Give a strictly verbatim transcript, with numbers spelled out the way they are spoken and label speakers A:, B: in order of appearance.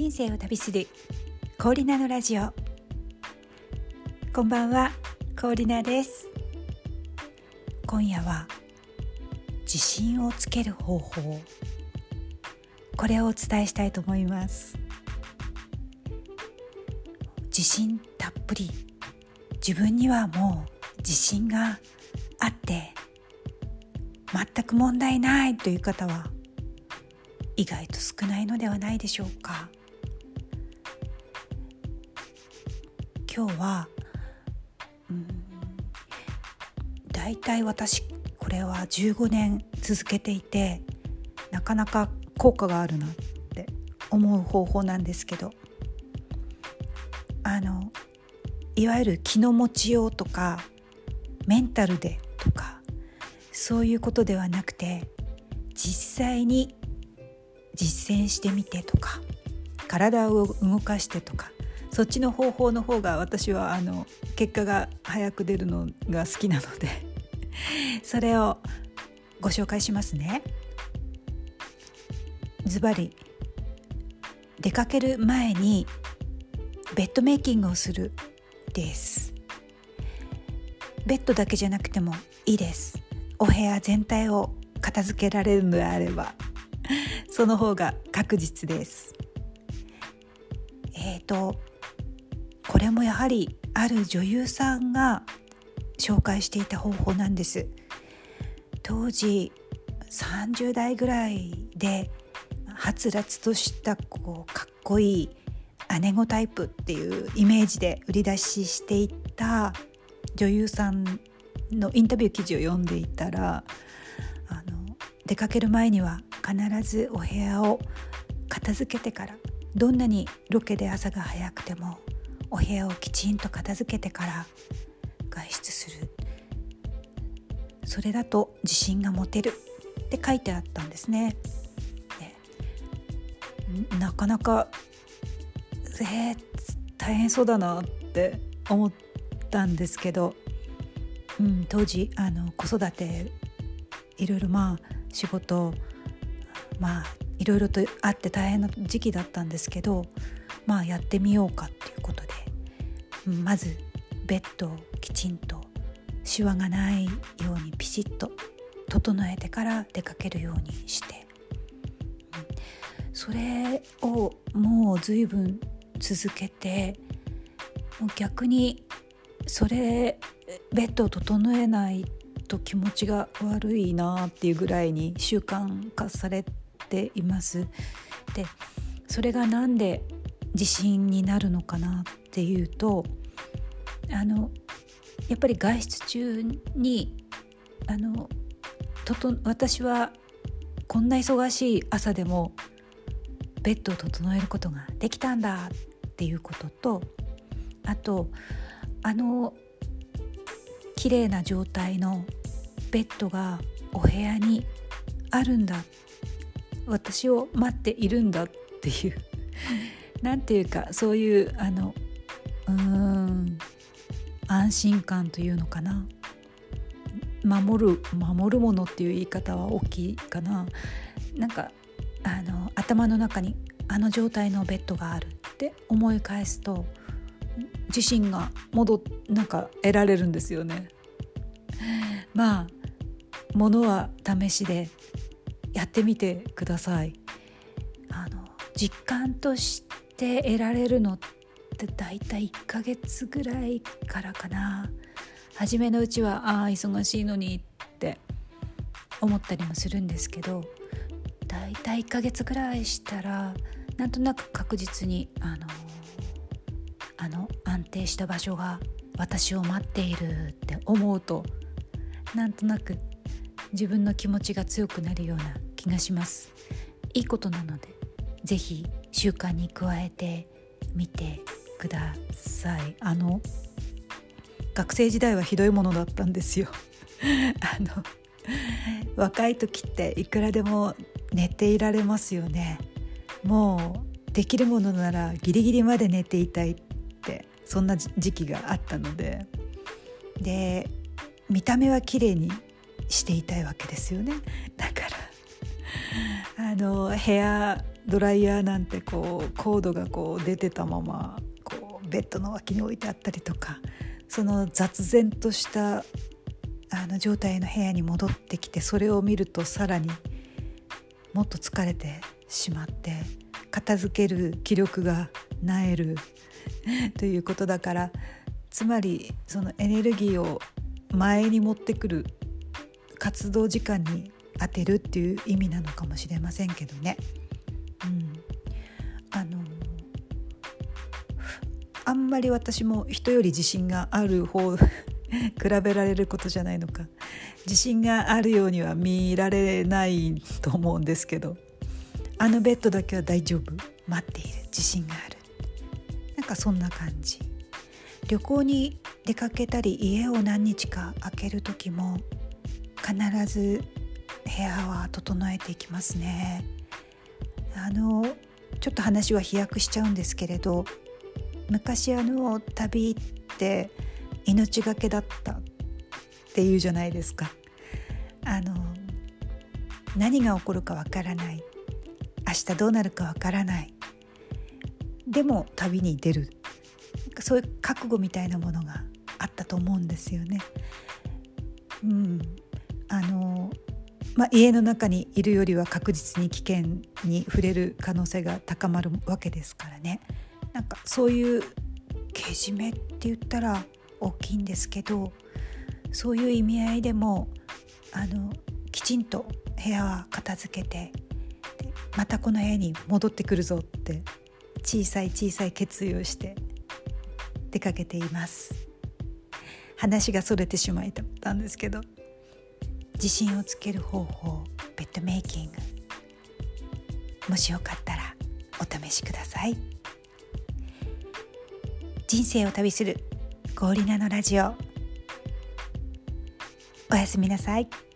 A: 人生を旅するコーリナのラジオ。こんばんは、コーリナです。今夜は自信をつける方法、これをお伝えしたいと思います。自信たっぷり、自分にはもう自信があって全く問題ないという方は意外と少ないのではないでしょうか。今日はうーんだいたい私これはじゅうごねん続けていて、なかなか効果があるなって思う方法なんですけど、あのいわゆる気の持ちようとかメンタルでとかそういうことではなくて、実際に実践してみてとか体を動かしてとか、そっちの方法の方が私はあの結果が早く出るのが好きなのでそれをご紹介しますね。ズバリ、出かける前にベッドメイキングをするです。ベッドだけじゃなくてもいいです。お部屋全体を片付けられるのであればその方が確実です。えーとこれもやはりある女優さんが紹介していた方法なんです。当時さんじゅう代ぐらいではつらつとしたこうかっこいい姉子タイプっていうイメージで売り出ししていた女優さんのインタビュー記事を読んでいたら、あの出かける前には必ずお部屋を片付けてから、どんなにロケで朝が早くてもお部屋をきちんと片付けてから外出する、それだと自信が持てるって書いてあったんですね。でなかなか、えー、大変そうだなって思ったんですけど、うん、当時あの子育ていろいろまあ仕事まあいろいろとあって大変な時期だったんですけど、まあやってみようかっていうことで、まずベッドをきちんとシワがないようにピシッと整えてから出かけるようにして、それをもう随分続けて、もう逆にそれベッドを整えないと気持ちが悪いなっていうぐらいに習慣化されています。で、それがなんで自信になるのかなっていうと、あのやっぱり外出中にあのとと私はこんな忙しい朝でもベッドを整えることができたんだっていうことと、あとあの綺麗な状態のベッドがお部屋にあるんだ、私を待っているんだっていうなんていうか、そういうあのうーん安心感というのかな、守る守るものっていう言い方は大きいかな。なんかあの頭の中にあの状態のベッドがあるって思い返すと自信が戻っなんか得られるんですよね。まあものは試しでやってみてください。あの実感として得られるのってだいたいいっかげつぐらいからかな。初めのうちはああ忙しいのにって思ったりもするんですけど、だいたいいっかげつぐらいしたらなんとなく確実にあのあの安定した場所が私を待っているって思うと、なんとなく自分の気持ちが強くなるような気がします。いいことなのでぜひ習慣に加えてみてください。あの学生時代はひどいものだったんですよあの若い時っていくらでも寝ていられますよね。もうできるものならギリギリまで寝ていたいって、そんな時期があったので、で見た目は綺麗にしていたいわけですよね。だからあのヘアドライヤーなんてこうコードがこう出てたままこうベッドの脇に置いてあったりとか、その雑然としたあの状態の部屋に戻ってきて、それを見るとさらにもっと疲れてしまって片付ける気力がなえるということだから、つまりそのエネルギーを前に持ってくる活動時間に当てるっていう意味なのかもしれませんけどね、うん、あのあんまり私も人より自信がある方比べられることじゃないのか、自信があるようには見られないと思うんですけど、あのベッドだけは大丈夫、待っている、自信がある、なんかそんな感じ。旅行に出かけたり家を何日か空ける時も必ず部屋は整えていきますね。あのちょっと話は飛躍しちゃうんですけれど、昔あの旅って命がけだったっていうじゃないですか。あの何が起こるかわからない、明日どうなるかわからない、でも旅に出る、そういう覚悟みたいなものがあったと思うんですよね。うん、あのまあ、家の中にいるよりは確実に危険に触れる可能性が高まるわけですからね。なんかそういうけじめって言ったら大きいんですけど、そういう意味合いでもあのきちんと部屋は片付けて、でまたこの部屋に戻ってくるぞって小さい小さい決意をして出かけています。話がそれてしまったんですけど、自信をつける方法、ベッドメイキング、もしよかったらお試しください。人生を旅するゴーリナのラジオ、おやすみなさい。